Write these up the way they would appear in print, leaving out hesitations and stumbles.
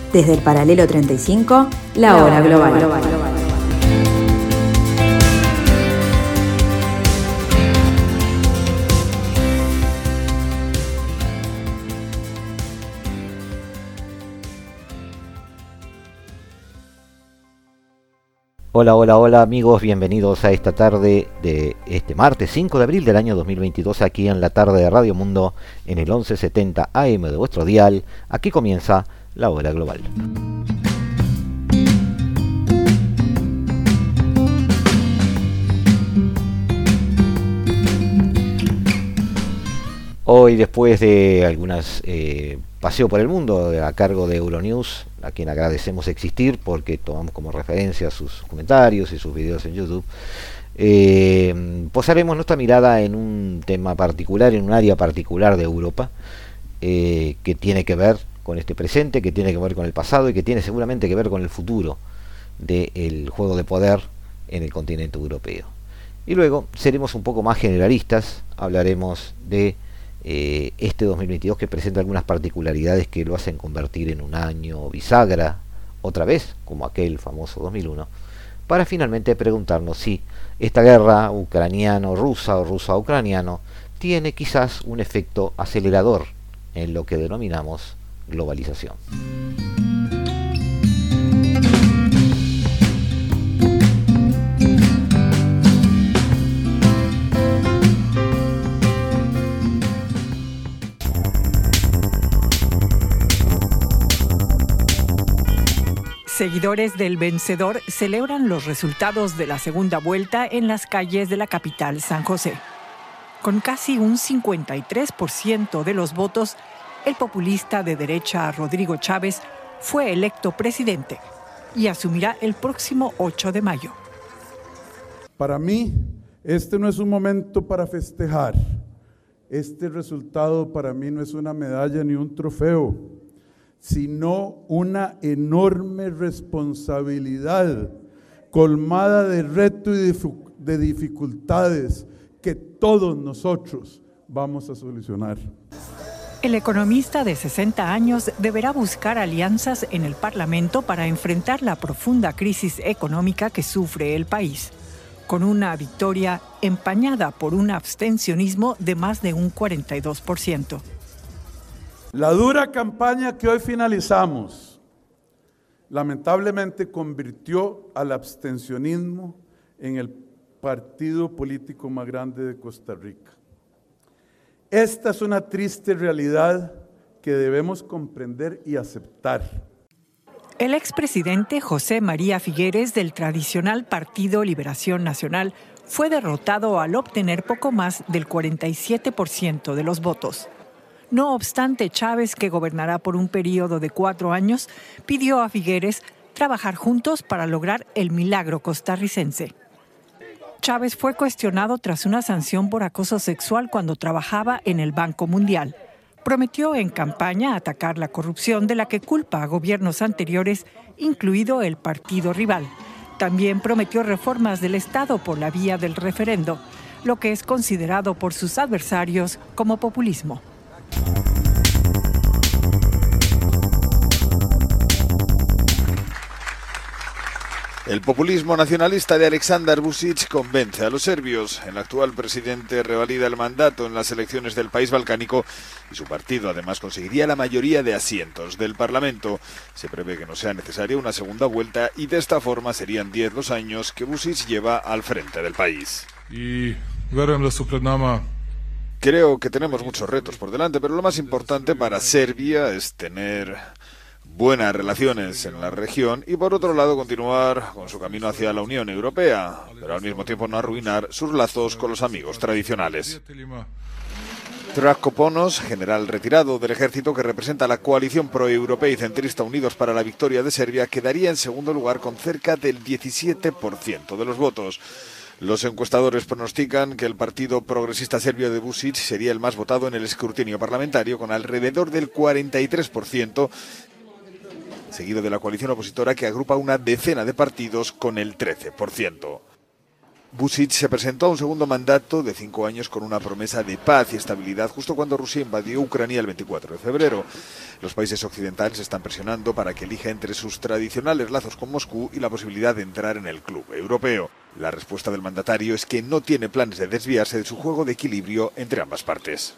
Desde el paralelo 35, la hora global. Hola amigos, bienvenidos a esta tarde de este martes 5 de abril del año 2022 aquí en la tarde de Radio Mundo en el 1170 AM de vuestro dial. Aquí comienza la hora global. Hoy, después de algunas paseo por el mundo a cargo de Euronews, a quien agradecemos existir porque tomamos como referencia sus comentarios y sus videos en YouTube, posaremos nuestra mirada en un tema particular, en un área particular de Europa, que tiene que ver con este presente, que tiene que ver con el pasado y que tiene seguramente que ver con el futuro del juego de poder en el continente europeo. Y luego seremos un poco más generalistas, hablaremos de este 2022 que presenta algunas particularidades que lo hacen convertir en un año bisagra, otra vez, como aquel famoso 2001, para finalmente preguntarnos si esta guerra ucraniano-rusa o rusa-ucraniano tiene quizás un efecto acelerador en lo que denominamos globalización. Seguidores del vencedor celebran los resultados de la segunda vuelta en las calles de la capital, San José. Con casi un 53% de los votos, el populista de derecha Rodrigo Chávez fue electo presidente y asumirá el próximo 8 de mayo. Para mí, este no es un momento para festejar. Este resultado para mí no es una medalla ni un trofeo, sino una enorme responsabilidad colmada de reto y de dificultades que todos nosotros vamos a solucionar. El economista de 60 años deberá buscar alianzas en el Parlamento para enfrentar la profunda crisis económica que sufre el país, con una victoria empañada por un abstencionismo de más de un 42%. La dura campaña que hoy finalizamos, lamentablemente convirtió al abstencionismo en el partido político más grande de Costa Rica. Esta es una triste realidad que debemos comprender y aceptar. El expresidente José María Figueres del tradicional Partido Liberación Nacional fue derrotado al obtener poco más del 47% de los votos. No obstante, Chávez, que gobernará por un periodo de 4 años, pidió a Figueres trabajar juntos para lograr el milagro costarricense. Chávez fue cuestionado tras una sanción por acoso sexual cuando trabajaba en el Banco Mundial. Prometió en campaña atacar la corrupción de la que culpa a gobiernos anteriores, incluido el partido rival. También prometió reformas del Estado por la vía del referendo, lo que es considerado por sus adversarios como populismo. El populismo nacionalista de Aleksandar Vučić convence a los serbios. El actual presidente revalida el mandato en las elecciones del país balcánico y su partido además conseguiría la mayoría de asientos del Parlamento. Se prevé que no sea necesaria una segunda vuelta y de esta forma serían 10 los años que Vučić lleva al frente del país. Creo que tenemos muchos retos por delante, pero lo más importante para Serbia es tener buenas relaciones en la región y por otro lado continuar con su camino hacia la Unión Europea, pero al mismo tiempo no arruinar sus lazos con los amigos tradicionales. Zdravko Ponos, general retirado del ejército que representa la coalición proeuropea y centrista Unidos para la Victoria de Serbia, quedaría en segundo lugar con cerca del 17% de los votos. Los encuestadores pronostican que el partido progresista serbio de Vučić sería el más votado en el escrutinio parlamentario con alrededor del 43%, seguido de la coalición opositora que agrupa una decena de partidos con el 13%. Vučić se presentó a un segundo mandato de 5 años con una promesa de paz y estabilidad justo cuando Rusia invadió Ucrania el 24 de febrero. Los países occidentales están presionando para que elija entre sus tradicionales lazos con Moscú y la posibilidad de entrar en el club europeo. La respuesta del mandatario es que no tiene planes de desviarse de su juego de equilibrio entre ambas partes.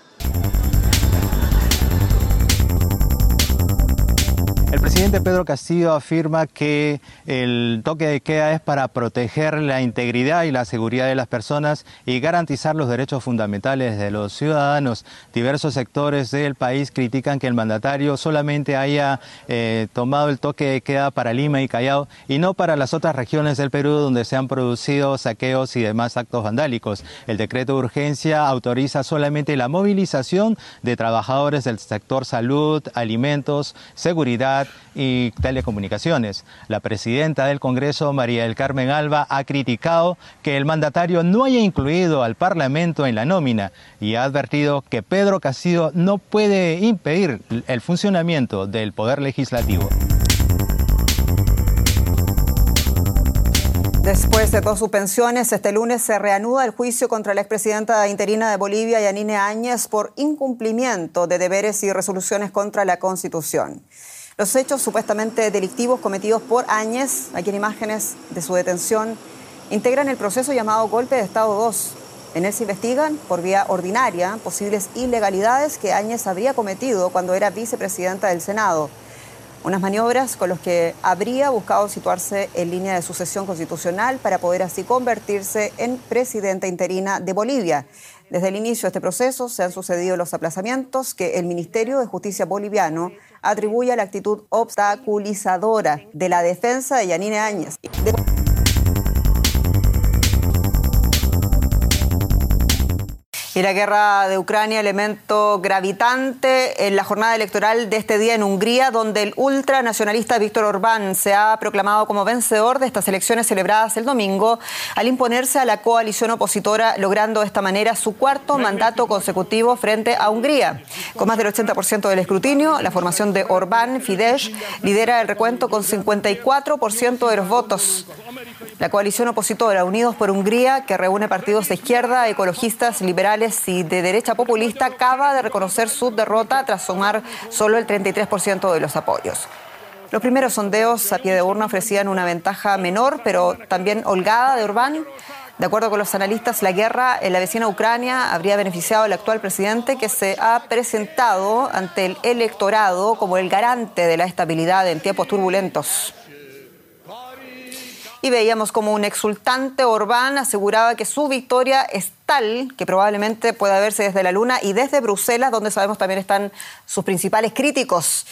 El presidente Pedro Castillo afirma que el toque de queda es para proteger la integridad y la seguridad de las personas y garantizar los derechos fundamentales de los ciudadanos. Diversos sectores del país critican que el mandatario solamente haya tomado el toque de queda para Lima y Callao y no para las otras regiones del Perú donde se han producido saqueos y demás actos vandálicos. El decreto de urgencia autoriza solamente la movilización de trabajadores del sector salud, alimentos, seguridad y telecomunicaciones. La presidenta del Congreso, María del Carmen Alba, ha criticado que el mandatario no haya incluido al Parlamento en la nómina y ha advertido que Pedro Castillo no puede impedir el funcionamiento del Poder Legislativo. Después de 2 suspensiones, este lunes se reanuda el juicio contra la expresidenta interina de Bolivia, Yanine Áñez, por incumplimiento de deberes y resoluciones contra la Constitución. Los hechos supuestamente delictivos cometidos por Áñez, aquí en imágenes de su detención, integran el proceso llamado Golpe de Estado 2. En él se investigan por vía ordinaria posibles ilegalidades que Áñez habría cometido cuando era vicepresidenta del Senado. Unas maniobras con las que habría buscado situarse en línea de sucesión constitucional para poder así convertirse en presidenta interina de Bolivia. Desde el inicio de este proceso se han sucedido los aplazamientos que el Ministerio de Justicia boliviano atribuye a la actitud obstaculizadora de la defensa de Yanine Áñez. Y la guerra de Ucrania, elemento gravitante en la jornada electoral de este día en Hungría, donde el ultranacionalista Viktor Orbán se ha proclamado como vencedor de estas elecciones celebradas el domingo, al imponerse a la coalición opositora, logrando de esta manera su 4º mandato consecutivo frente a Hungría. Con más del 80% del escrutinio, la formación de Orbán, Fidesz, lidera el recuento con 54% de los votos. La coalición opositora Unidos por Hungría, que reúne partidos de izquierda, ecologistas, liberales y de derecha populista, acaba de reconocer su derrota tras sumar solo el 33% de los apoyos. Los primeros sondeos a pie de urna ofrecían una ventaja menor, pero también holgada de Orbán. De acuerdo con los analistas, la guerra en la vecina Ucrania habría beneficiado al actual presidente, que se ha presentado ante el electorado como el garante de la estabilidad en tiempos turbulentos. Y veíamos como un exultante Orbán aseguraba que su victoria es tal que probablemente pueda verse desde la Luna y desde Bruselas, donde sabemos también están sus principales críticos.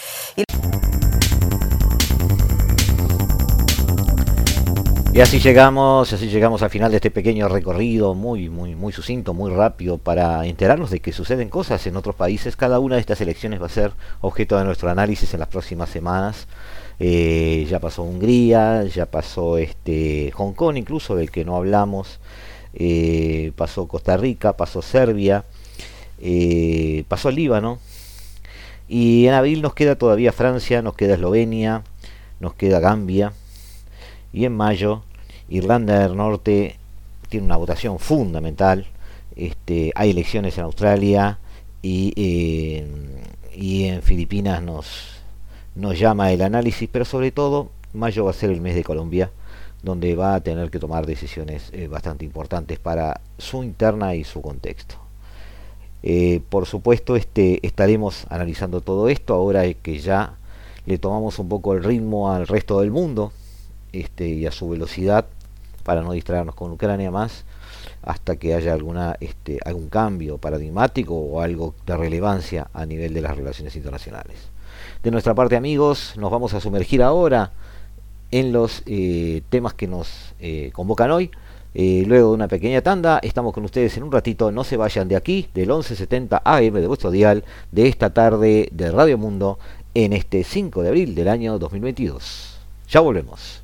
Y así llegamos al final de este pequeño recorrido muy sucinto, muy rápido, para enterarnos de que suceden cosas en otros países. Cada una de estas elecciones va a ser objeto de nuestro análisis en las próximas semanas. Ya pasó Hungría, ya pasó Hong Kong, incluso del que no hablamos, pasó Costa Rica, pasó Serbia, pasó el Líbano, y en abril nos queda todavía Francia, nos queda Eslovenia, nos queda Gambia, y en mayo Irlanda del Norte tiene una votación fundamental. Hay elecciones en Australia y en Filipinas nos llama el análisis, pero sobre todo mayo va a ser el mes de Colombia, donde va a tener que tomar decisiones bastante importantes para su interna y su contexto. Por supuesto, estaremos analizando todo esto ahora que ya le tomamos un poco el ritmo al resto del mundo, y a su velocidad, para no distraernos con Ucrania más, hasta que haya algún cambio paradigmático o algo de relevancia a nivel de las relaciones internacionales. De nuestra parte, amigos, nos vamos a sumergir ahora en los temas que nos convocan hoy. Luego de una pequeña tanda, estamos con ustedes en un ratito. No se vayan de aquí, del 1170 AM de vuestro dial, de esta tarde de Radio Mundo, en este 5 de abril del año 2022. Ya volvemos.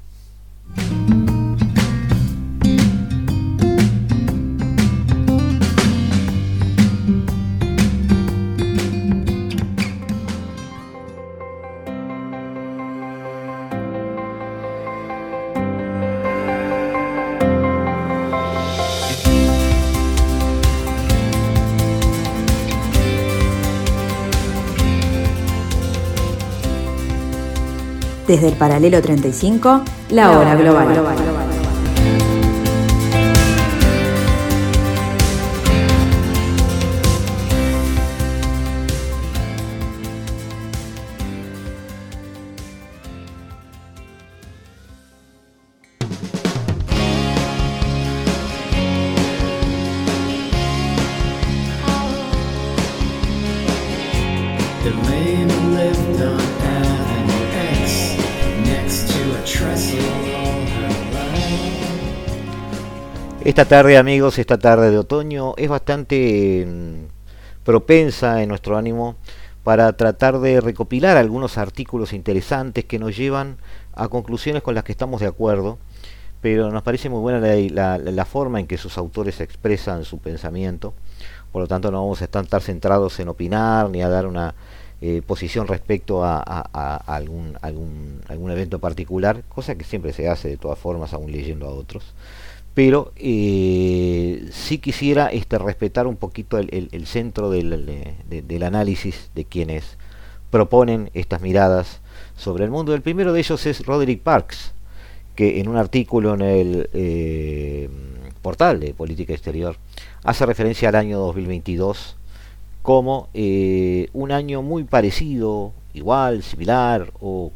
Desde el paralelo 35, la hora global. Esta tarde, amigos, esta tarde de otoño es bastante propensa en nuestro ánimo para tratar de recopilar algunos artículos interesantes que nos llevan a conclusiones con las que estamos de acuerdo, pero nos parece muy buena la forma en que sus autores expresan su pensamiento. Por lo tanto, no vamos a estar centrados en opinar ni a dar una posición respecto a algún evento particular, cosa que siempre se hace de todas formas, aún leyendo a otros. Pero sí quisiera respetar un poquito el centro del análisis de quienes proponen estas miradas sobre el mundo. El primero de ellos es Roderick Parkes, que en un artículo en el portal de Política Exterior hace referencia al año 2022 como un año muy parecido, igual, similar o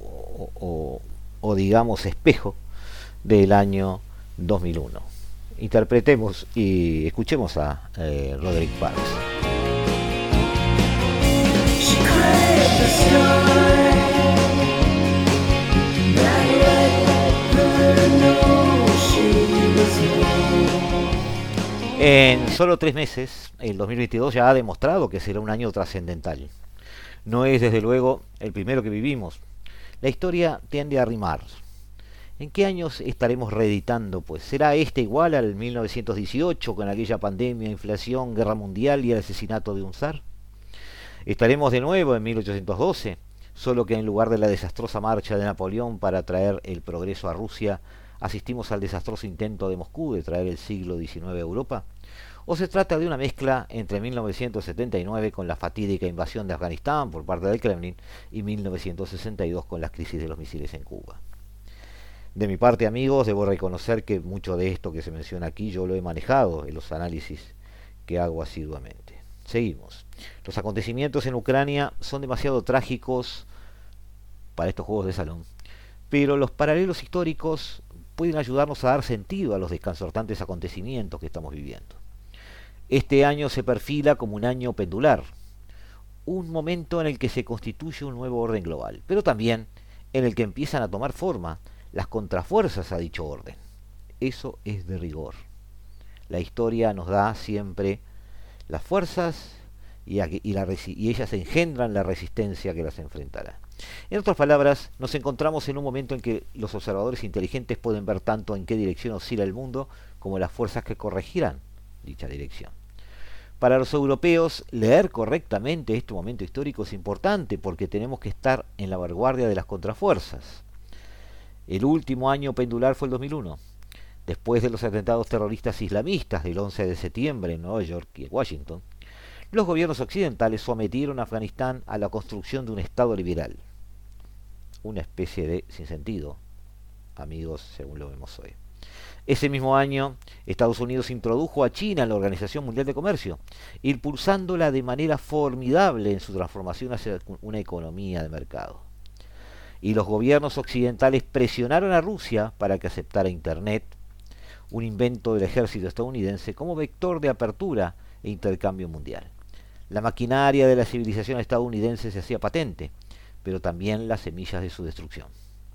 digamos espejo del año 2001. Interpretemos y escuchemos a Roderick Parkes. En solo 3 meses, el 2022 ya ha demostrado que será un año trascendental. No es desde luego el primero que vivimos. La historia tiende a rimar. ¿En qué años estaremos reeditando? Pues será igual al 1918 con aquella pandemia, inflación, guerra mundial y el asesinato de un zar. Estaremos de nuevo en 1812, solo que en lugar de la desastrosa marcha de Napoleón para traer el progreso a Rusia, asistimos al desastroso intento de Moscú de traer el siglo XIX a Europa. ¿O se trata de una mezcla entre 1979 con la fatídica invasión de Afganistán por parte del Kremlin y 1962 con la crisis de los misiles en Cuba? De mi parte, amigos, debo reconocer que mucho de esto que se menciona aquí yo lo he manejado en los análisis que hago asiduamente. Seguimos. Los acontecimientos en Ucrania son demasiado trágicos para estos juegos de salón, pero los paralelos históricos pueden ayudarnos a dar sentido a los desconcertantes acontecimientos que estamos viviendo. Este año se perfila como un año pendular, un momento en el que se constituye un nuevo orden global, pero también en el que empiezan a tomar forma las contrafuerzas a dicho orden. Eso es de rigor. La historia nos da siempre las fuerzas y ellas engendran la resistencia que las enfrentará. En otras palabras, nos encontramos en un momento en que los observadores inteligentes pueden ver tanto en qué dirección oscila el mundo como las fuerzas que corregirán dicha dirección. Para los europeos, leer correctamente este momento histórico es importante porque tenemos que estar en la vanguardia de las contrafuerzas. El último año pendular fue el 2001, después de los atentados terroristas islamistas del 11 de septiembre en Nueva York y en Washington. Los gobiernos occidentales sometieron a Afganistán a la construcción de un Estado liberal. Una especie de sinsentido, amigos, según lo vemos hoy. Ese mismo año, Estados Unidos introdujo a China en la Organización Mundial de Comercio, impulsándola de manera formidable en su transformación hacia una economía de mercado. Y los gobiernos occidentales presionaron a Rusia para que aceptara Internet, un invento del ejército estadounidense, como vector de apertura e intercambio mundial. La maquinaria de la civilización estadounidense se hacía patente, pero también las semillas de su destrucción.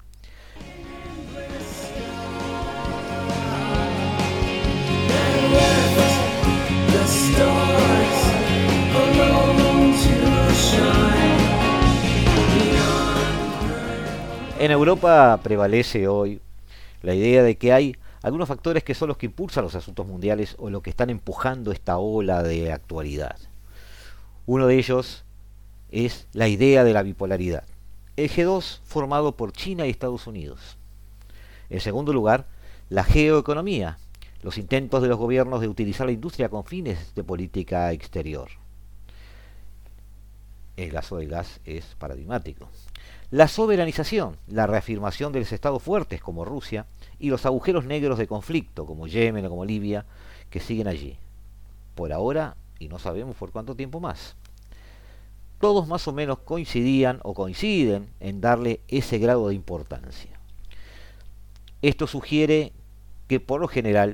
En Europa prevalece hoy la idea de que hay algunos factores que son los que impulsan los asuntos mundiales o los que están empujando esta ola de actualidad. Uno de ellos es la idea de la bipolaridad. El G2 formado por China y Estados Unidos. En segundo lugar, la geoeconomía, los intentos de los gobiernos de utilizar la industria con fines de política exterior. El caso del gas es paradigmático. La soberanización, la reafirmación de los estados fuertes como Rusia y los agujeros negros de conflicto como Yemen o como Libia que siguen allí. Por ahora, y no sabemos por cuánto tiempo más. Todos más o menos coincidían o coinciden en darle ese grado de importancia. Esto sugiere que por lo general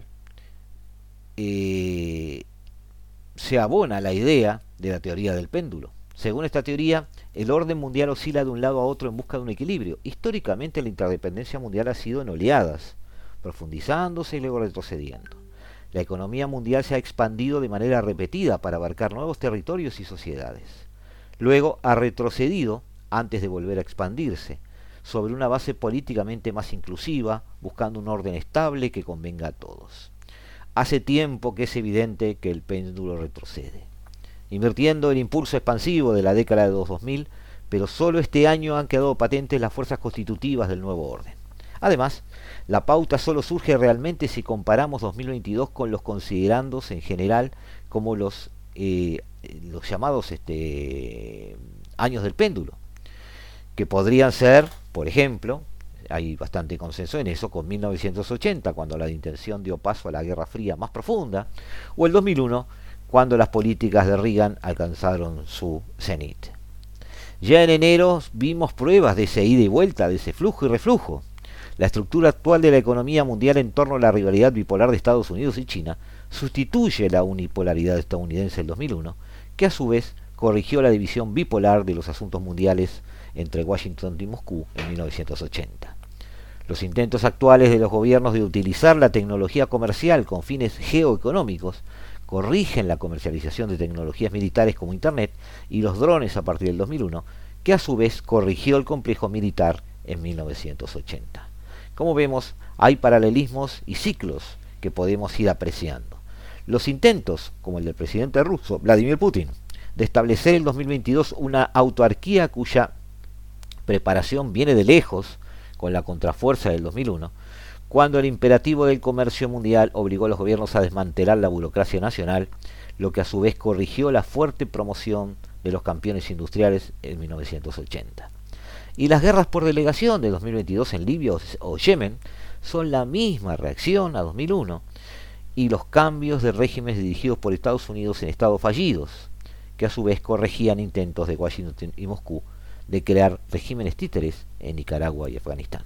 se abona la idea de la teoría del péndulo. Según esta teoría, el orden mundial oscila de un lado a otro en busca de un equilibrio. Históricamente la interdependencia mundial ha sido en oleadas, profundizándose y luego retrocediendo. La economía mundial se ha expandido de manera repetida para abarcar nuevos territorios y sociedades. Luego ha retrocedido antes de volver a expandirse, sobre una base políticamente más inclusiva, buscando un orden estable que convenga a todos. Hace tiempo que es evidente que el péndulo retrocede, invirtiendo el impulso expansivo de la década de los 2000, pero solo este año han quedado patentes las fuerzas constitutivas del nuevo orden. Además, la pauta solo surge realmente si comparamos 2022 con los considerandos en general como los llamados años del péndulo, que podrían ser, por ejemplo, hay bastante consenso en eso, con 1980, cuando la intención dio paso a la Guerra Fría más profunda, o el 2001, cuando las políticas de Reagan alcanzaron su cenit. Ya en enero vimos pruebas de ese ida y vuelta, de ese flujo y reflujo. La estructura actual de la economía mundial en torno a la rivalidad bipolar de Estados Unidos y China sustituye la unipolaridad estadounidense del 2001, que a su vez corrigió la división bipolar de los asuntos mundiales entre Washington y Moscú en 1980. Los intentos actuales de los gobiernos de utilizar la tecnología comercial con fines geoeconómicos corrigen la comercialización de tecnologías militares como Internet y los drones a partir del 2001, que a su vez corrigió el complejo militar en 1980. Como vemos, hay paralelismos y ciclos que podemos ir apreciando. Los intentos, como el del presidente ruso Vladimir Putin, de establecer en 2022 una autarquía cuya preparación viene de lejos, con la contrafuerza del 2001, cuando el imperativo del comercio mundial obligó a los gobiernos a desmantelar la burocracia nacional, lo que a su vez corrigió la fuerte promoción de los campeones industriales en 1980. Y las guerras por delegación de 2022 en Libia o Yemen son la misma reacción a 2001, y los cambios de regímenes dirigidos por Estados Unidos en estados fallidos, que a su vez corregían intentos de Washington y Moscú de crear regímenes títeres en Nicaragua y Afganistán.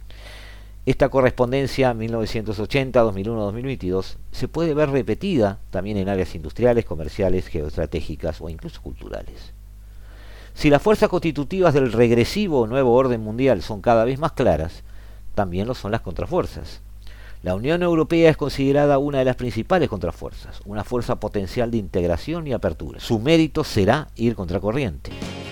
Esta correspondencia 1980, 2001, 2022 se puede ver repetida también en áreas industriales, comerciales, geoestratégicas o incluso culturales. Si las fuerzas constitutivas del regresivo nuevo orden mundial son cada vez más claras, también lo son las contrafuerzas. La Unión Europea es considerada una de las principales contrafuerzas, una fuerza potencial de integración y apertura. Su mérito será ir contracorriente.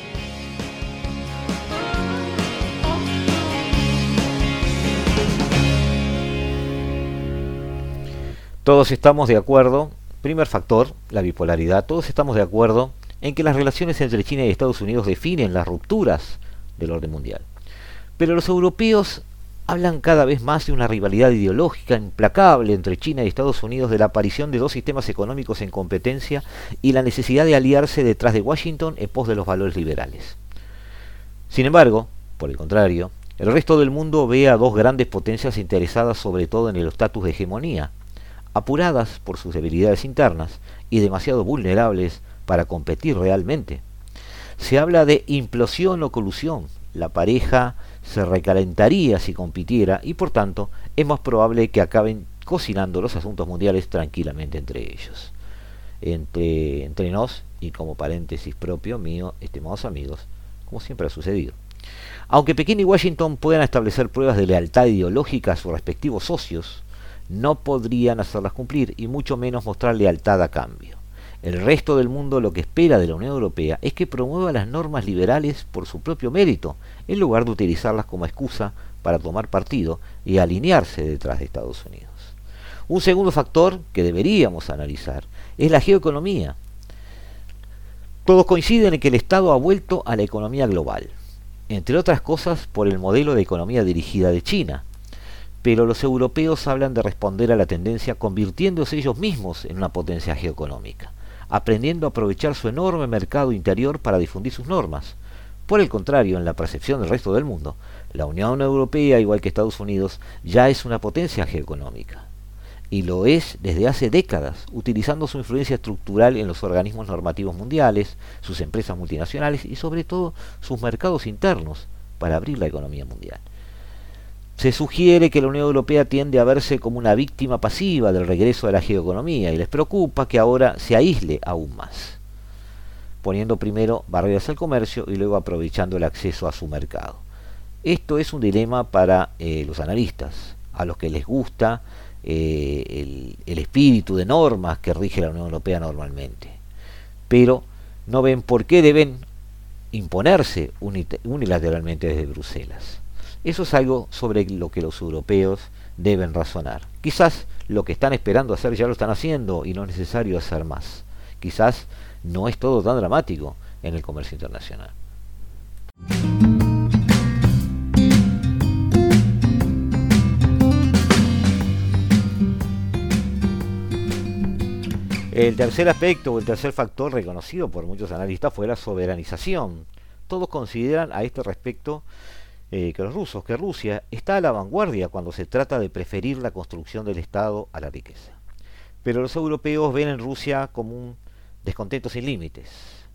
Todos estamos de acuerdo, primer factor, la bipolaridad, todos estamos de acuerdo en que las relaciones entre China y Estados Unidos definen las rupturas del orden mundial. Pero los europeos hablan cada vez más de una rivalidad ideológica implacable entre China y Estados Unidos, de la aparición de dos sistemas económicos en competencia y la necesidad de aliarse detrás de Washington en pos de los valores liberales. Sin embargo, por el contrario, el resto del mundo ve a dos grandes potencias interesadas sobre todo en el estatus de hegemonía, apuradas por sus debilidades internas y demasiado vulnerables para competir realmente. Se habla de implosión o colusión. La pareja se recalentaría si compitiera y por tanto es más probable que acaben cocinando los asuntos mundiales tranquilamente entre ellos. Entre nos, y como paréntesis propio mío, estimados amigos, como siempre ha sucedido. Aunque Pekín y Washington puedan establecer pruebas de lealtad ideológica a sus respectivos socios, no podrían hacerlas cumplir y mucho menos mostrar lealtad a cambio. El resto del mundo lo que espera de la Unión Europea es que promueva las normas liberales por su propio mérito, en lugar de utilizarlas como excusa para tomar partido y alinearse detrás de Estados Unidos. Un segundo factor que deberíamos analizar es la geoeconomía. Todos coinciden en que el Estado ha vuelto a la economía global, entre otras cosas por el modelo de economía dirigida de China. Pero los europeos hablan de responder a la tendencia convirtiéndose ellos mismos en una potencia geoeconómica, aprendiendo a aprovechar su enorme mercado interior para difundir sus normas, Por el contrario, en la percepción del resto del mundo, la Unión Europea, igual que Estados Unidos, ya es una potencia geoeconómica. Y lo es desde hace décadas, utilizando su influencia estructural en los organismos normativos mundiales, sus empresas multinacionales y sobre todo sus mercados internos para abrir la economía mundial. Se sugiere que la Unión Europea tiende a verse como una víctima pasiva del regreso de la geoeconomía y les preocupa que ahora se aísle aún más, poniendo primero barreras al comercio y luego aprovechando el acceso a su mercado. Esto es un dilema para los analistas, a los que les gusta el espíritu de normas que rige la Unión Europea normalmente, pero no ven por qué deben imponerse unilateralmente desde Bruselas. Eso es algo sobre lo que los europeos deben razonar. Quizás lo que están esperando hacer ya lo están haciendo y no es necesario hacer más. Quizás no es todo tan dramático en el comercio internacional. El tercer aspecto o el tercer factor reconocido por muchos analistas fue la soberanización. Todos consideran a este respecto que Rusia está a la vanguardia cuando se trata de preferir la construcción del Estado a la riqueza. Pero los europeos ven en Rusia como un descontento sin límites,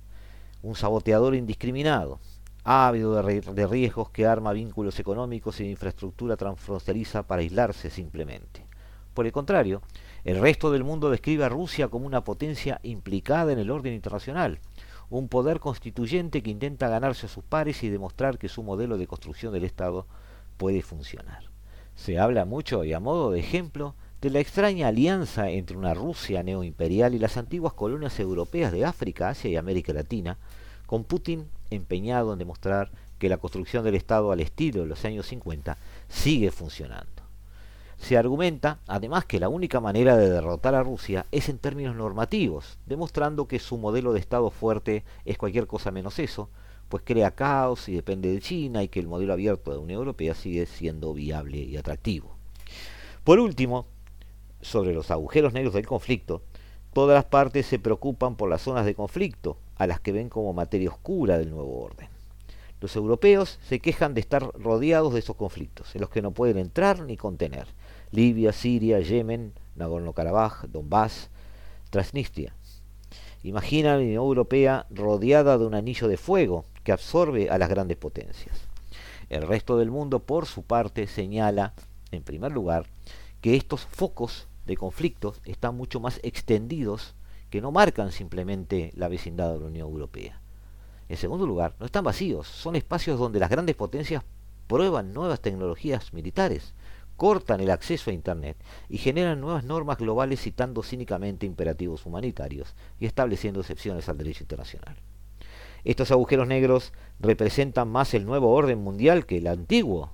un saboteador indiscriminado, ávido de riesgos que arma vínculos económicos y de infraestructura transfronteriza para aislarse simplemente. Por el contrario, el resto del mundo describe a Rusia como una potencia implicada en el orden internacional, un poder constituyente que intenta ganarse a sus pares y demostrar que su modelo de construcción del Estado puede funcionar. Se habla mucho, y a modo de ejemplo, de la extraña alianza entre una Rusia neoimperial y las antiguas colonias europeas de África, Asia y América Latina, con Putin empeñado en demostrar que la construcción del Estado al estilo de los años 50 sigue funcionando. Se argumenta, además, que la única manera de derrotar a Rusia es en términos normativos, demostrando que su modelo de Estado fuerte es cualquier cosa menos eso, pues crea caos y depende de China, y que el modelo abierto de la Unión Europea sigue siendo viable y atractivo. Por último, sobre los agujeros negros del conflicto, todas las partes se preocupan por las zonas de conflicto, a las que ven como materia oscura del nuevo orden. Los europeos se quejan de estar rodeados de esos conflictos, en los que no pueden entrar ni contener. Libia, Siria, Yemen, Nagorno-Karabaj, Donbass, Transnistria. Imaginan a la Unión Europea rodeada de un anillo de fuego que absorbe a las grandes potencias. El resto del mundo, por su parte, señala, en primer lugar, que estos focos de conflictos están mucho más extendidos, que no marcan simplemente la vecindad de la Unión Europea. En segundo lugar, no están vacíos, son espacios donde las grandes potencias prueban nuevas tecnologías militares, cortan el acceso a Internet y generan nuevas normas globales citando cínicamente imperativos humanitarios y estableciendo excepciones al derecho internacional. Estos agujeros negros representan más el nuevo orden mundial que el antiguo.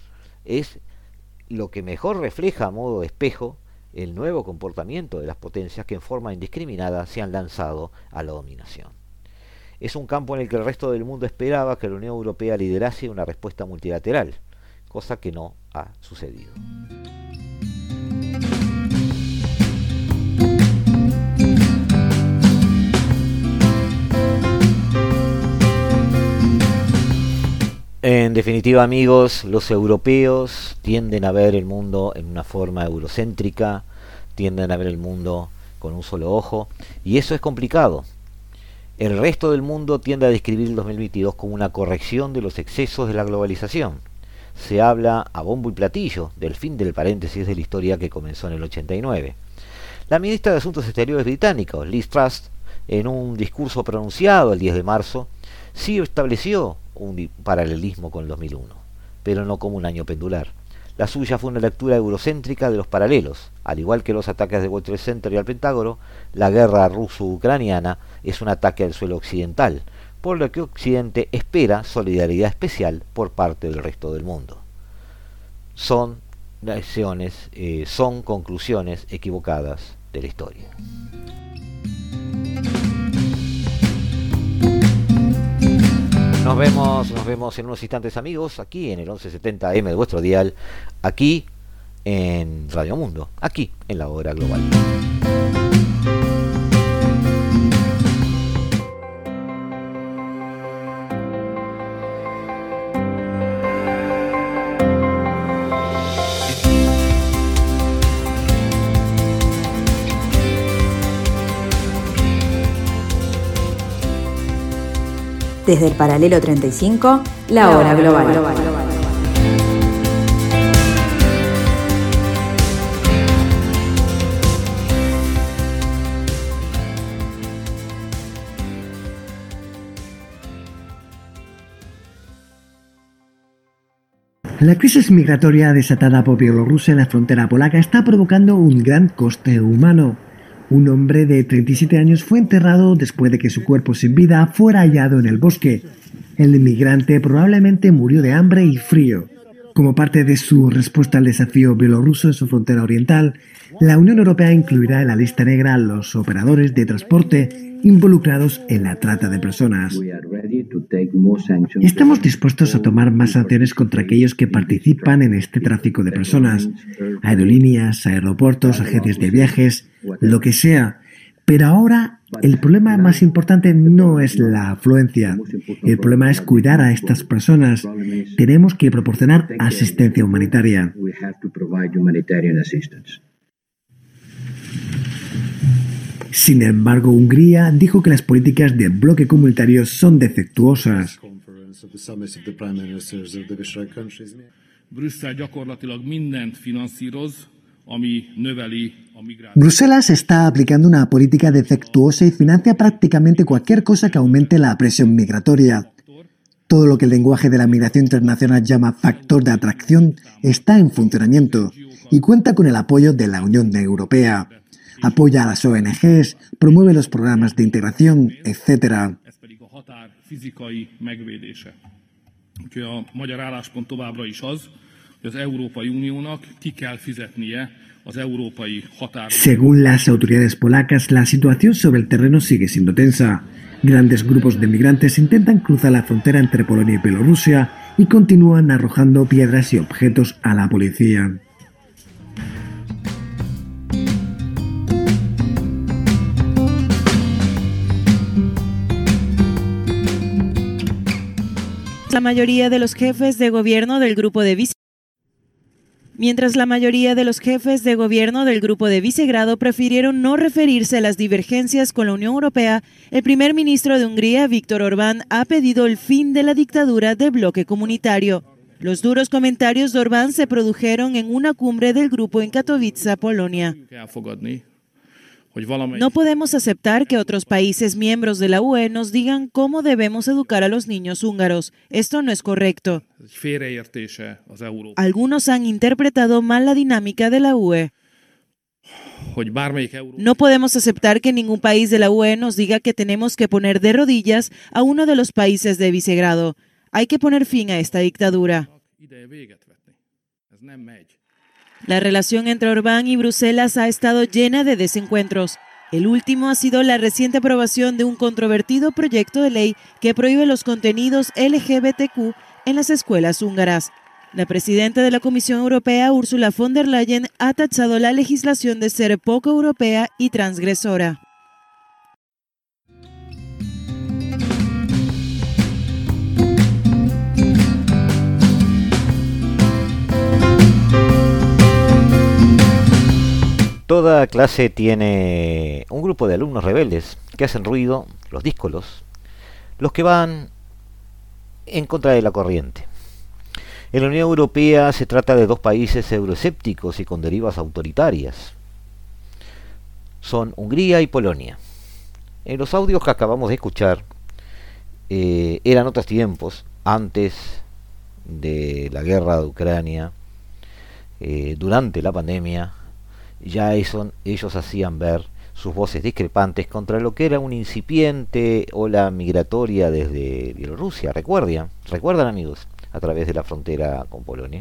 Es lo que mejor refleja a modo de espejo el nuevo comportamiento de las potencias que en forma indiscriminada se han lanzado a la dominación. Es un campo en el que el resto del mundo esperaba que la Unión Europea liderase una respuesta multilateral, cosa que no ha sucedido. En definitiva, amigos, los europeos tienden a ver el mundo en una forma eurocéntrica, tienden a ver el mundo con un solo ojo, y eso es complicado. El resto del mundo tiende a describir el 2022 como una corrección de los excesos de la globalización. Se habla a bombo y platillo del fin del paréntesis de la historia que comenzó en el 89. La ministra de Asuntos Exteriores británica, Liz Truss, en un discurso pronunciado el 10 de marzo, sí estableció un paralelismo con el 2001, pero no como un año pendular. La suya fue una lectura eurocéntrica de los paralelos. Al igual que los ataques de World Trade Center y al Pentágono, la guerra ruso-ucraniana es un ataque al suelo occidental, por lo que Occidente espera solidaridad especial por parte del resto del mundo. Son conclusiones equivocadas de la historia. Nos vemos en unos instantes, amigos, aquí en el 1170M de vuestro dial, aquí en Radio Mundo, aquí en la Hora Global. Desde el paralelo 35, la hora global. La crisis migratoria desatada por Bielorrusia en la frontera polaca está provocando un gran coste humano. Un hombre de 37 años fue enterrado después de que su cuerpo sin vida fuera hallado en el bosque. El inmigrante probablemente murió de hambre y frío. Como parte de su respuesta al desafío bielorruso en su frontera oriental, la Unión Europea incluirá en la lista negra a los operadores de transporte involucrados en la trata de personas. Estamos dispuestos a tomar más sanciones contra aquellos que participan en este tráfico de personas, aerolíneas, aeropuertos, agencias de viajes, lo que sea. Pero ahora el problema más importante no es la afluencia, el problema es cuidar a estas personas. Tenemos que proporcionar asistencia humanitaria. Sin embargo, Hungría dijo que las políticas del bloque comunitario son defectuosas. Bruselas está aplicando una política defectuosa y financia prácticamente cualquier cosa que aumente la presión migratoria. Todo lo que el lenguaje de la migración internacional llama factor de atracción está en funcionamiento y cuenta con el apoyo de la Unión Europea. Apoya a las ONGs, promueve los programas de integración, etc. Según las autoridades polacas, la situación sobre el terreno sigue siendo tensa. Grandes grupos de migrantes intentan cruzar la frontera entre Polonia y Bielorrusia y continúan arrojando piedras y objetos a la policía. La mayoría de los jefes de gobierno del grupo de Visegrado prefirieron no referirse a las divergencias con la Unión Europea, el primer ministro de Hungría, Viktor Orbán, ha pedido el fin de la dictadura del bloque comunitario. Los duros comentarios de Orbán se produjeron en una cumbre del grupo en Katowice, Polonia. No podemos aceptar que otros países miembros de la UE nos digan cómo debemos educar a los niños húngaros. Esto no es correcto. Algunos han interpretado mal la dinámica de la UE. No podemos aceptar que ningún país de la UE nos diga que tenemos que poner de rodillas a uno de los países de Visegrado. Hay que poner fin a esta dictadura. La relación entre Orbán y Bruselas ha estado llena de desencuentros. El último ha sido la reciente aprobación de un controvertido proyecto de ley que prohíbe los contenidos LGBTQ en las escuelas húngaras. La presidenta de la Comisión Europea, Ursula von der Leyen, ha tachado la legislación de ser poco europea y transgresora. Toda clase tiene un grupo de alumnos rebeldes que hacen ruido, los díscolos, los que van en contra de la corriente. En la Unión Europea se trata de dos países euroescépticos y con derivas autoritarias. Son Hungría y Polonia. En los audios que acabamos de escuchar eran otros tiempos, antes de la guerra de Ucrania, durante la pandemia. Ya ellos hacían ver sus voces discrepantes contra lo que era una incipiente ola migratoria desde Bielorrusia. ¿Recuerdan amigos? A través de la frontera con Polonia.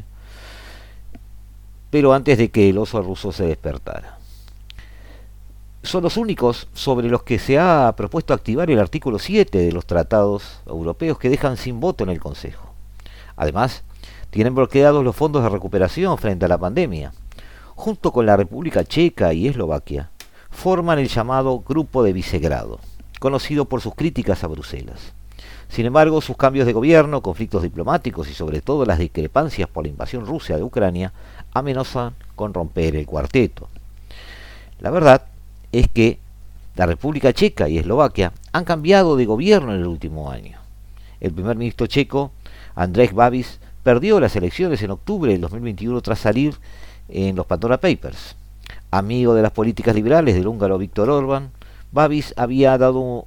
Pero antes de que el oso ruso se despertara. Son los únicos sobre los que se ha propuesto activar el artículo 7 de los tratados europeos que dejan sin voto en el Consejo. Además, tienen bloqueados los fondos de recuperación frente a la pandemia. Junto con la República Checa y Eslovaquia, forman el llamado Grupo de Visegrado, conocido por sus críticas a Bruselas. Sin embargo, sus cambios de gobierno, conflictos diplomáticos y sobre todo las discrepancias por la invasión rusa de Ucrania amenazan con romper el cuarteto. La verdad es que la República Checa y Eslovaquia han cambiado de gobierno en el último año. El primer ministro checo, Andrej Babiš, perdió las elecciones en octubre del 2021 tras salir en los Pandora Papers. Amigo de las políticas liberales del húngaro Viktor Orbán, Babiš había dado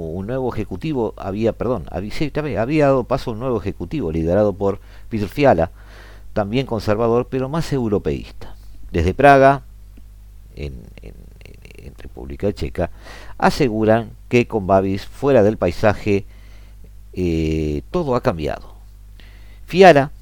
había dado paso a un nuevo ejecutivo liderado por Petr Fiala, también conservador pero más europeísta. Desde Praga, en República Checa, aseguran que con Babiš fuera del paisaje todo ha cambiado. Fiala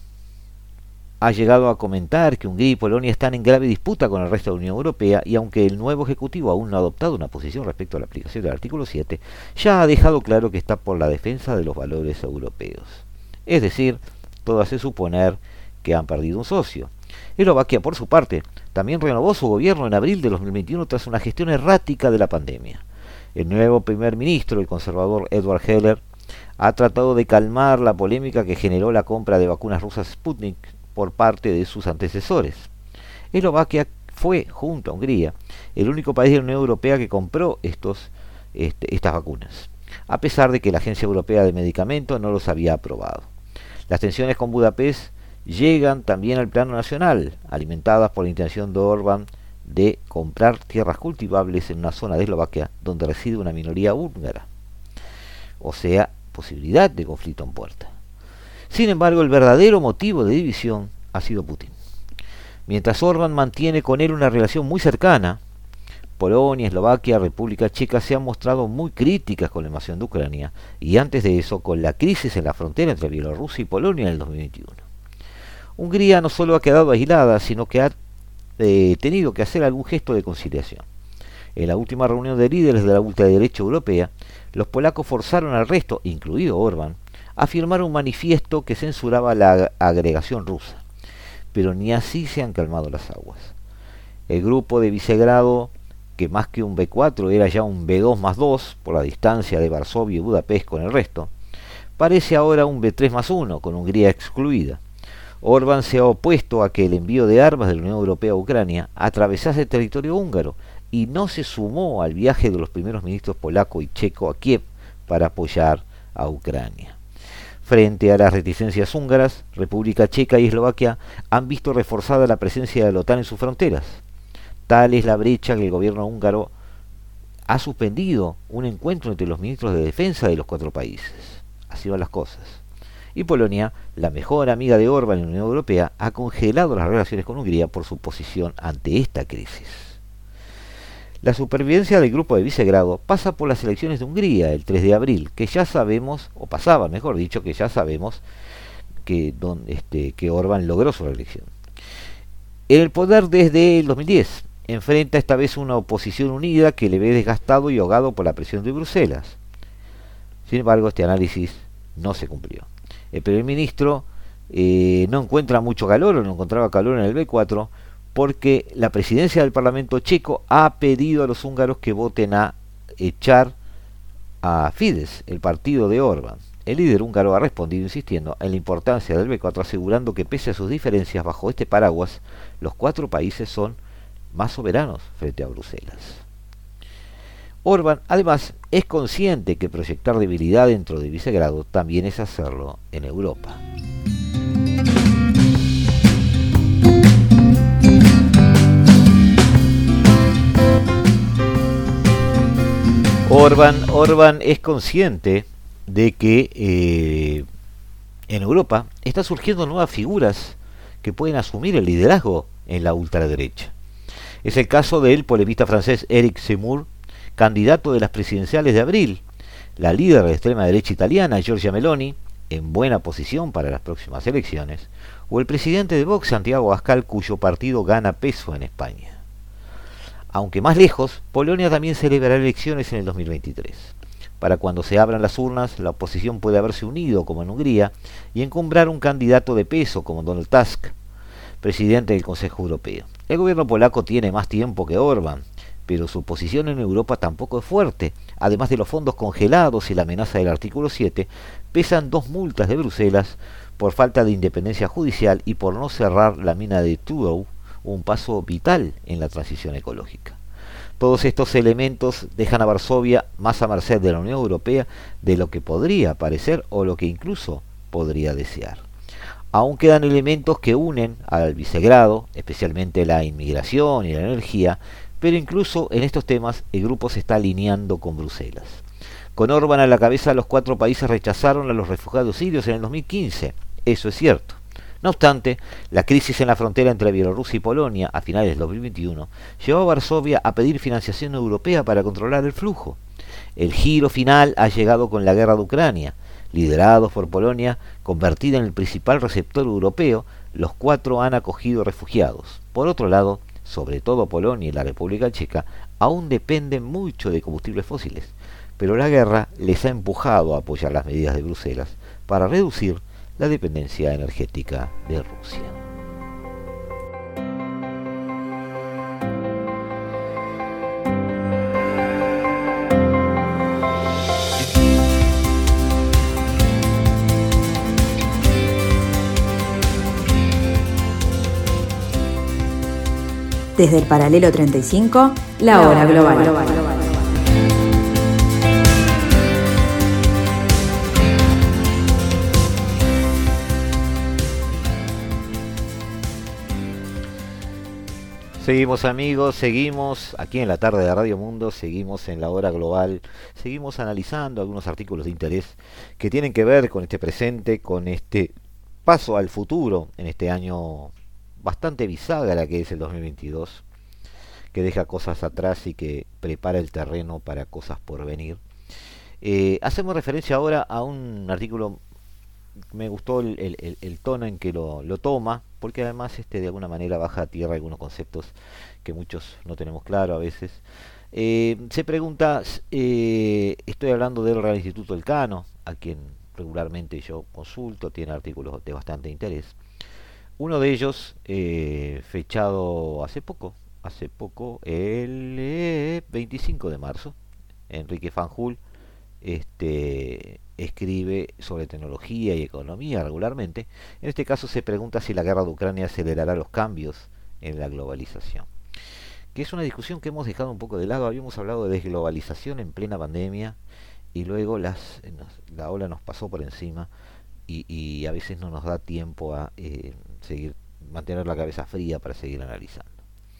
ha llegado a comentar que Hungría y Polonia están en grave disputa con el resto de la Unión Europea y aunque el nuevo Ejecutivo aún no ha adoptado una posición respecto a la aplicación del artículo 7, ya ha dejado claro que está por la defensa de los valores europeos. Es decir, todo hace suponer que han perdido un socio. Eslovaquia, por su parte, también renovó su gobierno en abril de 2021 tras una gestión errática de la pandemia. El nuevo primer ministro, el conservador Edvard Heller, ha tratado de calmar la polémica que generó la compra de vacunas rusas Sputnik por parte de sus antecesores. Eslovaquia fue, junto a Hungría, el único país de la Unión Europea que compró estas vacunas, a pesar de que la Agencia Europea de Medicamentos no los había aprobado. Las tensiones con Budapest llegan también al plano nacional, alimentadas por la intención de Orbán de comprar tierras cultivables en una zona de Eslovaquia donde reside una minoría húngara. O sea, posibilidad de conflicto en puerta. Sin embargo, el verdadero motivo de división ha sido Putin. Mientras Orbán mantiene con él una relación muy cercana, Polonia, Eslovaquia, República Checa se han mostrado muy críticas con la invasión de Ucrania y antes de eso con la crisis en la frontera entre Bielorrusia y Polonia en el 2021. Hungría no solo ha quedado aislada, sino que ha tenido que hacer algún gesto de conciliación. En la última reunión de líderes de la ultraderecha europea, los polacos forzaron al resto, incluido Orbán, a firmar un manifiesto que censuraba la agregación rusa. Pero ni así se han calmado las aguas. El grupo de Visegrado, que más que un B4 era ya un B2+2 por la distancia de Varsovia y Budapest con el resto, parece ahora un B3+1 con Hungría excluida. Orbán se ha opuesto a que el envío de armas de la Unión Europea a Ucrania atravesase el territorio húngaro y no se sumó al viaje de los primeros ministros polaco y checo a Kiev para apoyar a Ucrania. Frente a las reticencias húngaras, República Checa y Eslovaquia han visto reforzada la presencia de la OTAN en sus fronteras. Tal es la brecha que el gobierno húngaro ha suspendido un encuentro entre los ministros de defensa de los cuatro países. Así van las cosas. Y Polonia, la mejor amiga de Orbán en la Unión Europea, ha congelado las relaciones con Hungría por su posición ante esta crisis. La supervivencia del grupo de Visegrado pasa por las elecciones de Hungría el 3 de abril, que ya sabemos, o pasaba mejor dicho, que ya sabemos que Orbán logró su reelección. En el poder desde el 2010, enfrenta esta vez una oposición unida que le ve desgastado y ahogado por la presión de Bruselas. Sin embargo, este análisis no se cumplió. El primer ministro no encuentra mucho calor, o no encontraba calor en el B4, porque la presidencia del Parlamento checo ha pedido a los húngaros que voten a echar a Fidesz, el partido de Orbán. El líder húngaro ha respondido insistiendo en la importancia del B4, asegurando que pese a sus diferencias bajo este paraguas, los cuatro países son más soberanos frente a Bruselas. Orbán, además, es consciente que proyectar debilidad dentro de Visegrado también es hacerlo en Europa. Orbán es consciente de que en Europa están surgiendo nuevas figuras que pueden asumir el liderazgo en la ultraderecha. Es el caso del polemista francés Éric Zemmour, candidato de las presidenciales de abril, la líder de la extrema derecha italiana Giorgia Meloni, en buena posición para las próximas elecciones, o el presidente de Vox, Santiago Abascal, cuyo partido gana peso en España. Aunque más lejos, Polonia también celebrará elecciones en el 2023. Para cuando se abran las urnas, la oposición puede haberse unido, como en Hungría, y encumbrar un candidato de peso, como Donald Tusk, presidente del Consejo Europeo. El gobierno polaco tiene más tiempo que Orbán, pero su posición en Europa tampoco es fuerte. Además de los fondos congelados y la amenaza del artículo 7, pesan 2 multas de Bruselas por falta de independencia judicial y por no cerrar la mina de Turów, un paso vital en la transición ecológica. Todos estos elementos dejan a Varsovia más a merced de la Unión Europea de lo que podría parecer o lo que incluso podría desear. Aún quedan elementos que unen al Visegrado, especialmente la inmigración y la energía, pero incluso en estos temas el grupo se está alineando con Bruselas. Con Orbán a la cabeza, los 4 países rechazaron a los refugiados sirios en el 2015, eso es cierto. No obstante, la crisis en la frontera entre Bielorrusia y Polonia a finales del 2021 llevó a Varsovia a pedir financiación europea para controlar el flujo. El giro final ha llegado con la guerra de Ucrania. Liderados por Polonia, convertida en el principal receptor europeo, los 4 han acogido refugiados. Por otro lado, sobre todo Polonia y la República Checa, aún dependen mucho de combustibles fósiles, pero la guerra les ha empujado a apoyar las medidas de Bruselas para reducir la dependencia energética de Rusia. Desde el paralelo 35, la hora global. Seguimos amigos, seguimos aquí en la tarde de Radio Mundo, seguimos en la hora global, seguimos analizando algunos artículos de interés que tienen que ver con este presente, con este paso al futuro en este año bastante bisagra que es el 2022, que deja cosas atrás y que prepara el terreno para cosas por venir. Hacemos referencia ahora a un artículo. Me gustó el tono en que lo toma, porque además de alguna manera baja a tierra algunos conceptos que muchos no tenemos claro a veces. Se pregunta, estoy hablando del Real Instituto Elcano, a quien regularmente yo consulto, tiene artículos de bastante interés. Uno de ellos, fechado hace poco, el 25 de marzo, Enrique Fanjul, escribe sobre tecnología y economía regularmente. En este caso se pregunta si la guerra de Ucrania acelerará los cambios en la globalización, que es una discusión que hemos dejado un poco de lado. Habíamos hablado de desglobalización en plena pandemia y luego la ola nos pasó por encima y a veces no nos da tiempo a mantener la cabeza fría para seguir analizando.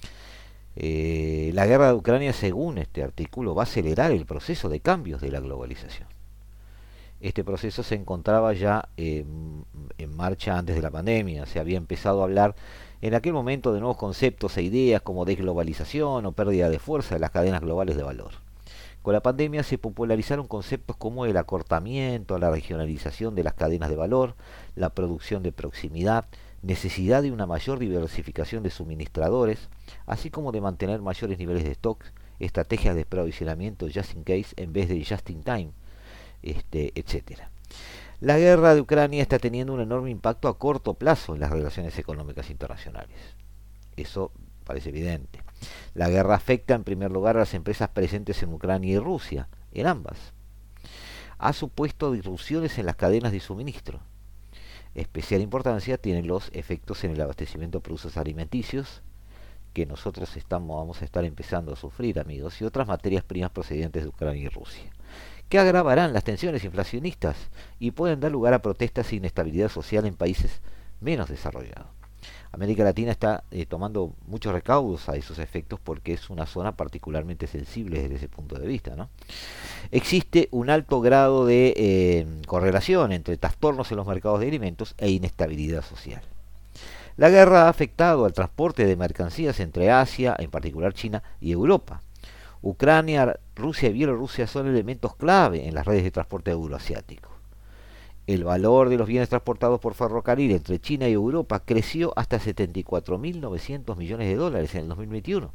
La guerra de Ucrania, según este artículo, va a acelerar el proceso de cambios de la globalización. Este proceso se encontraba ya en marcha antes de la pandemia. Se había empezado a hablar en aquel momento de nuevos conceptos e ideas como desglobalización o pérdida de fuerza de las cadenas globales de valor. Con la pandemia se popularizaron conceptos como el acortamiento, la regionalización de las cadenas de valor, la producción de proximidad, necesidad de una mayor diversificación de suministradores, así como de mantener mayores niveles de stock, estrategias de aprovisionamiento just in case en vez de just in time, etcétera. La guerra de Ucrania está teniendo un enorme impacto a corto plazo en las relaciones económicas internacionales. Eso parece evidente. La guerra afecta en primer lugar a las empresas presentes en Ucrania y Rusia, en ambas. Ha supuesto disrupciones en las cadenas de suministro. Especial importancia tienen los efectos en el abastecimiento de productos alimenticios, que nosotros vamos a estar empezando a sufrir, amigos, y otras materias primas procedentes de Ucrania y Rusia, que agravarán las tensiones inflacionistas y pueden dar lugar a protestas e inestabilidad social en países menos desarrollados. América Latina está tomando muchos recaudos a esos efectos porque es una zona particularmente sensible desde ese punto de vista, ¿no? Existe un alto grado de correlación entre trastornos en los mercados de alimentos e inestabilidad social. La guerra ha afectado al transporte de mercancías entre Asia, en particular China, y Europa. Ucrania, Rusia y Bielorrusia son elementos clave en las redes de transporte euroasiático. El valor de los bienes transportados por ferrocarril entre China y Europa creció hasta 74.900 millones de dólares en el 2021.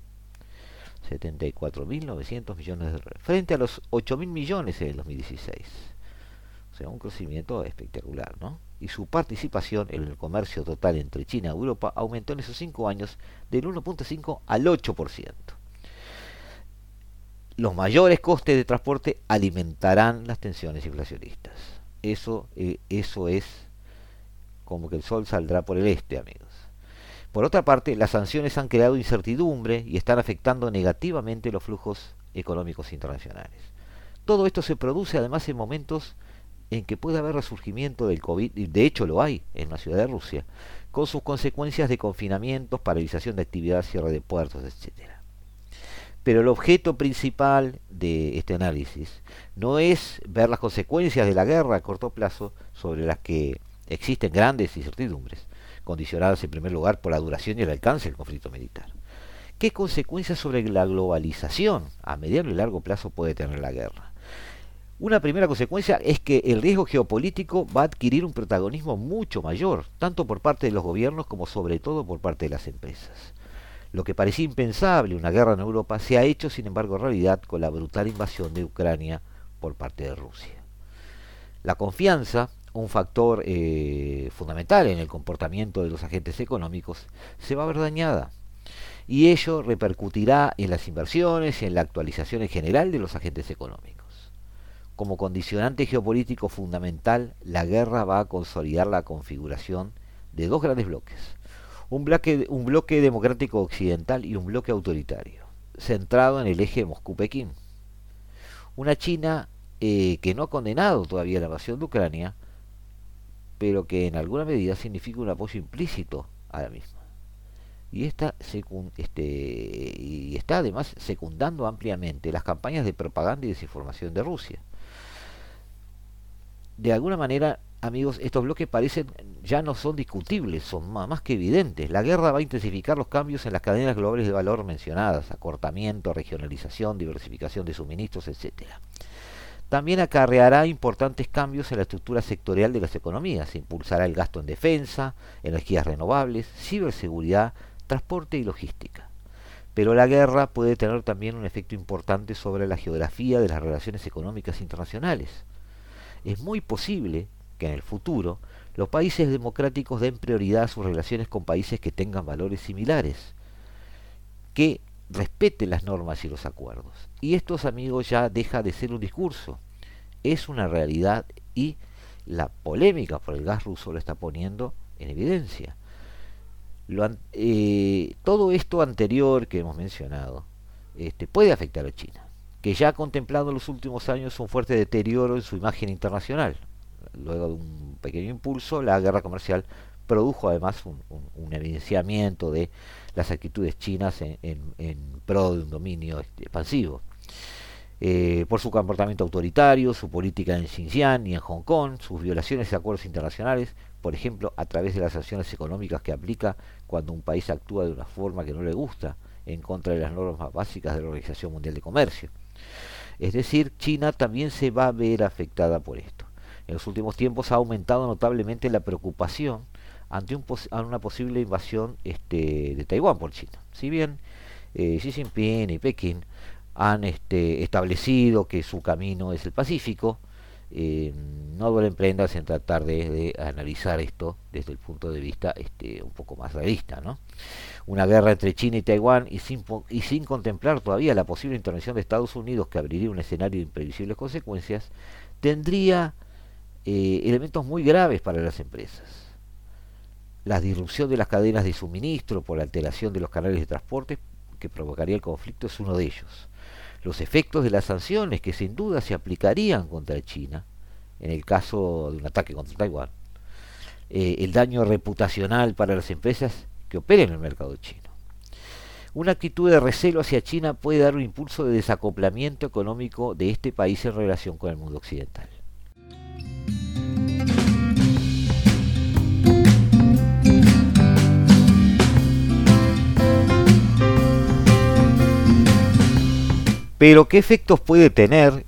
74.900 millones de dólares, frente a los 8.000 millones en el 2016. O sea, un crecimiento espectacular, ¿no? Y su participación en el comercio total entre China y Europa aumentó en esos 5 años del 1.5 al 8%. Los mayores costes de transporte alimentarán las tensiones inflacionistas. Eso es como que el sol saldrá por el este, amigos. Por otra parte, las sanciones han creado incertidumbre y están afectando negativamente los flujos económicos internacionales. Todo esto se produce además en momentos en que puede haber resurgimiento del COVID, y de hecho lo hay en la ciudad de Rusia, con sus consecuencias de confinamientos, paralización de actividad, cierre de puertos, etc. Pero el objeto principal de este análisis no es ver las consecuencias de la guerra a corto plazo, sobre las que existen grandes incertidumbres, condicionadas en primer lugar por la duración y el alcance del conflicto militar. ¿Qué consecuencias sobre la globalización a mediano y largo plazo puede tener la guerra? Una primera consecuencia es que el riesgo geopolítico va a adquirir un protagonismo mucho mayor, tanto por parte de los gobiernos como sobre todo por parte de las empresas. Lo que parecía impensable, una guerra en Europa, se ha hecho sin embargo realidad con la brutal invasión de Ucrania por parte de Rusia. La confianza, un factor fundamental en el comportamiento de los agentes económicos, se va a ver dañada. Y ello repercutirá en las inversiones y en la actualización en general de los agentes económicos. Como condicionante geopolítico fundamental, la guerra va a consolidar la configuración de dos grandes bloques. Un bloque democrático occidental y un bloque autoritario, centrado en el eje Moscú-Pekín. Una China que no ha condenado todavía la invasión de Ucrania, pero que en alguna medida significa un apoyo implícito a la misma. Y está además secundando ampliamente las campañas de propaganda y desinformación de Rusia. De alguna manera, amigos, estos bloques ya no son discutibles, son más que evidentes. La guerra va a intensificar los cambios en las cadenas globales de valor mencionadas, acortamiento, regionalización, diversificación de suministros, etc. También acarreará importantes cambios en la estructura sectorial de las economías. Se impulsará el gasto en defensa, energías renovables, ciberseguridad, transporte y logística. Pero la guerra puede tener también un efecto importante sobre la geografía de las relaciones económicas internacionales. Es muy posible que en el futuro los países democráticos den prioridad a sus relaciones con países que tengan valores similares, que respeten las normas y los acuerdos. Y esto, amigos, ya deja de ser un discurso, es una realidad, y la polémica por el gas ruso lo está poniendo en evidencia. Todo esto anterior que hemos mencionado puede afectar a China, que ya ha contemplado en los últimos años un fuerte deterioro en su imagen internacional. Luego de un pequeño impulso, la guerra comercial produjo además un evidenciamiento de las actitudes chinas en pro de un dominio expansivo. Por su comportamiento autoritario, su política en Xinjiang y en Hong Kong, sus violaciones de acuerdos internacionales, por ejemplo, a través de las sanciones económicas que aplica cuando un país actúa de una forma que no le gusta, en contra de las normas básicas de la Organización Mundial de Comercio. Es decir, China también se va a ver afectada por esto. En los últimos tiempos ha aumentado notablemente la preocupación ante una posible invasión de Taiwán por China. Si bien Xi Jinping y Pekín han establecido que su camino es el Pacífico, no duelen prendas en tratar de analizar esto desde el punto de vista un poco más realista, ¿no? Una guerra entre China y Taiwán, y sin contemplar todavía la posible intervención de Estados Unidos, que abriría un escenario de imprevisibles consecuencias, tendría elementos muy graves para las empresas. La disrupción de las cadenas de suministro por la alteración de los canales de transporte que provocaría el conflicto es uno de ellos. Los efectos de las sanciones, que sin duda se aplicarían contra China en el caso de un ataque contra Taiwán, el daño reputacional para las empresas que operen en el mercado chino. Una actitud de recelo hacia China puede dar un impulso de desacoplamiento económico de este país en relación con el mundo occidental. Pero ¿qué efectos puede tener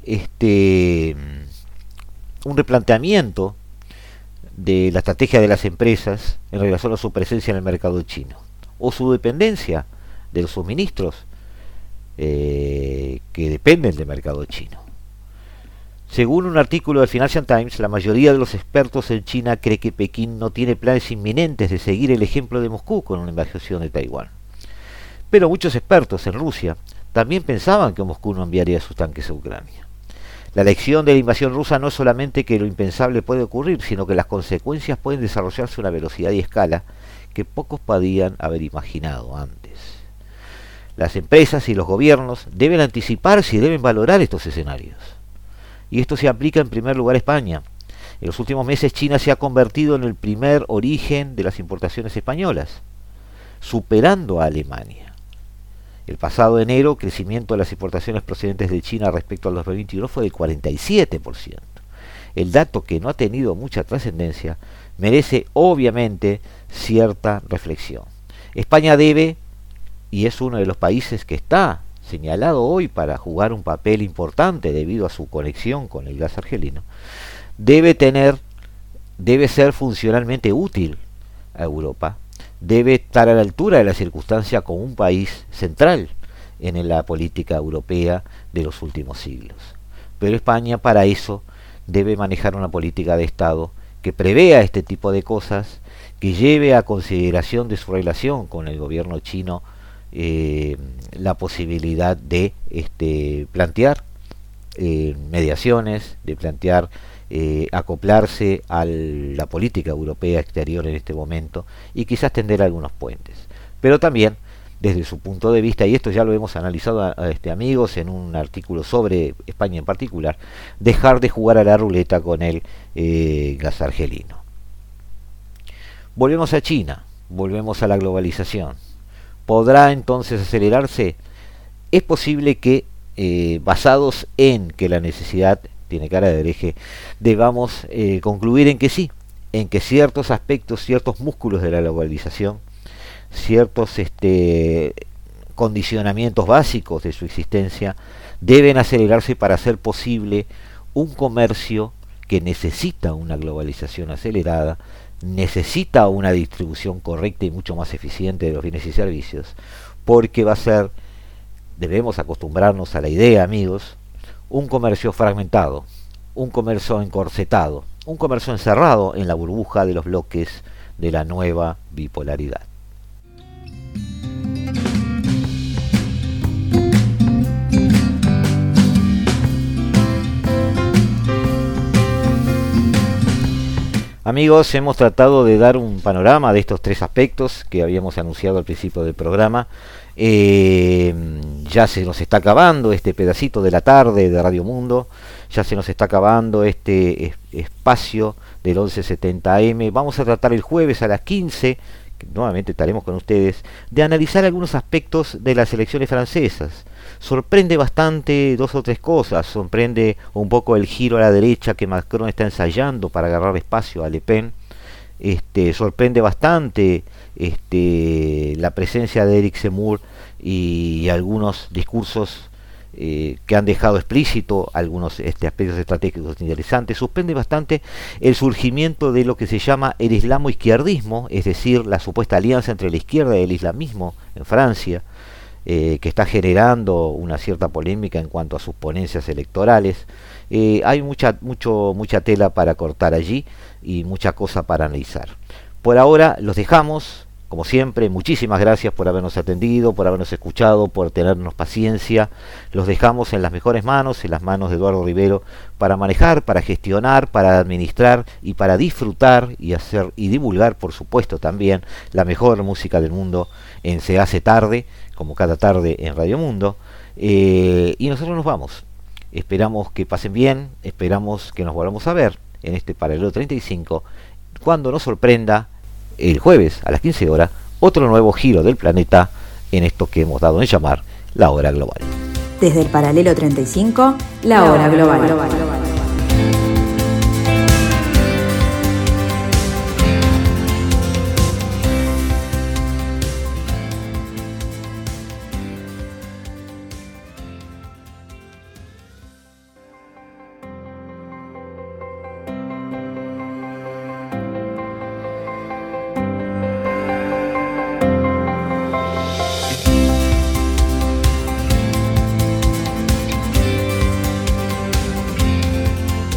un replanteamiento de la estrategia de las empresas en relación a su presencia en el mercado chino, o su dependencia de los suministros que dependen del mercado chino? Según un artículo del Financial Times, la mayoría de los expertos en China cree que Pekín no tiene planes inminentes de seguir el ejemplo de Moscú con una invasión de Taiwán. Pero muchos expertos en Rusia también pensaban que Moscú no enviaría sus tanques a Ucrania. La lección de la invasión rusa no es solamente que lo impensable puede ocurrir, sino que las consecuencias pueden desarrollarse a una velocidad y escala que pocos podían haber imaginado antes. Las empresas y los gobiernos deben anticiparse y deben valorar estos escenarios. Y esto se aplica en primer lugar a España. En los últimos meses China se ha convertido en el primer origen de las importaciones españolas, superando a Alemania. El pasado enero, el crecimiento de las importaciones procedentes de China respecto al 2021 fue del 47%. El dato, que no ha tenido mucha trascendencia, merece obviamente cierta reflexión. España debe, y es uno de los países que está señalado hoy para jugar un papel importante debido a su conexión con el gas argelino, debe ser funcionalmente útil a Europa, debe estar a la altura de la circunstancia como un país central en la política europea de los últimos siglos. Pero España para eso debe manejar una política de Estado que prevea este tipo de cosas, que lleve a consideración de su relación con el gobierno chino la posibilidad de plantear mediaciones, de plantear acoplarse a la política europea exterior en este momento y quizás tender algunos puentes. Pero también, desde su punto de vista, y esto ya lo hemos analizado amigos en un artículo sobre España en particular, dejar de jugar a la ruleta con el gas argelino. Volvemos a China, volvemos a la globalización. ¿Podrá entonces acelerarse? Es posible que, basados en que la necesidad tiene cara de hereje, debamos concluir en que sí, en que ciertos aspectos, ciertos músculos de la globalización, ciertos condicionamientos básicos de su existencia deben acelerarse para hacer posible un comercio que necesita una globalización acelerada, necesita una distribución correcta y mucho más eficiente de los bienes y servicios, porque va a ser, debemos acostumbrarnos a la idea, amigos, un comercio fragmentado, un comercio encorsetado, un comercio encerrado en la burbuja de los bloques de la nueva bipolaridad. Amigos, hemos tratado de dar un panorama de estos tres aspectos que habíamos anunciado al principio del programa. Ya se nos está acabando este pedacito de la tarde de Radio Mundo, ya se nos está acabando este espacio del 1170 AM. Vamos a tratar el jueves a las 15, que nuevamente estaremos con ustedes, de analizar algunos aspectos de las elecciones francesas. Sorprende bastante dos o tres cosas. Sorprende un poco el giro a la derecha que Macron está ensayando para agarrar espacio a Le Pen. Sorprende bastante la presencia de Éric Zemmour y algunos discursos que han dejado explícito algunos aspectos estratégicos interesantes. Sorprende bastante el surgimiento de lo que se llama el islamo-izquierdismo, es decir, la supuesta alianza entre la izquierda y el islamismo en Francia, que está generando una cierta polémica en cuanto a sus ponencias electorales. Hay mucha tela para cortar allí y mucha cosa para analizar. Por ahora los dejamos, como siempre. Muchísimas gracias por habernos atendido, por habernos escuchado, por tenernos paciencia. Los dejamos en las mejores manos, en las manos de Eduardo Rivero, para manejar, para gestionar, para administrar y para disfrutar y hacer y divulgar, por supuesto, también la mejor música del mundo en Se Hace Tarde, como cada tarde en Radio Mundo. Y nosotros nos vamos. Esperamos que pasen bien, esperamos que nos volvamos a ver en este Paralelo 35, cuando nos sorprenda el jueves a las 15 horas otro nuevo giro del planeta en esto que hemos dado en llamar la hora global. Desde el Paralelo 35, la hora global.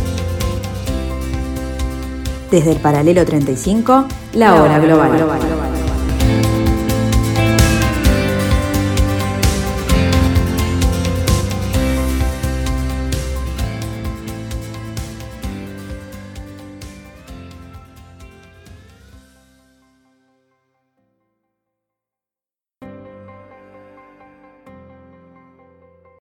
Desde el Paralelo 35, la hora global.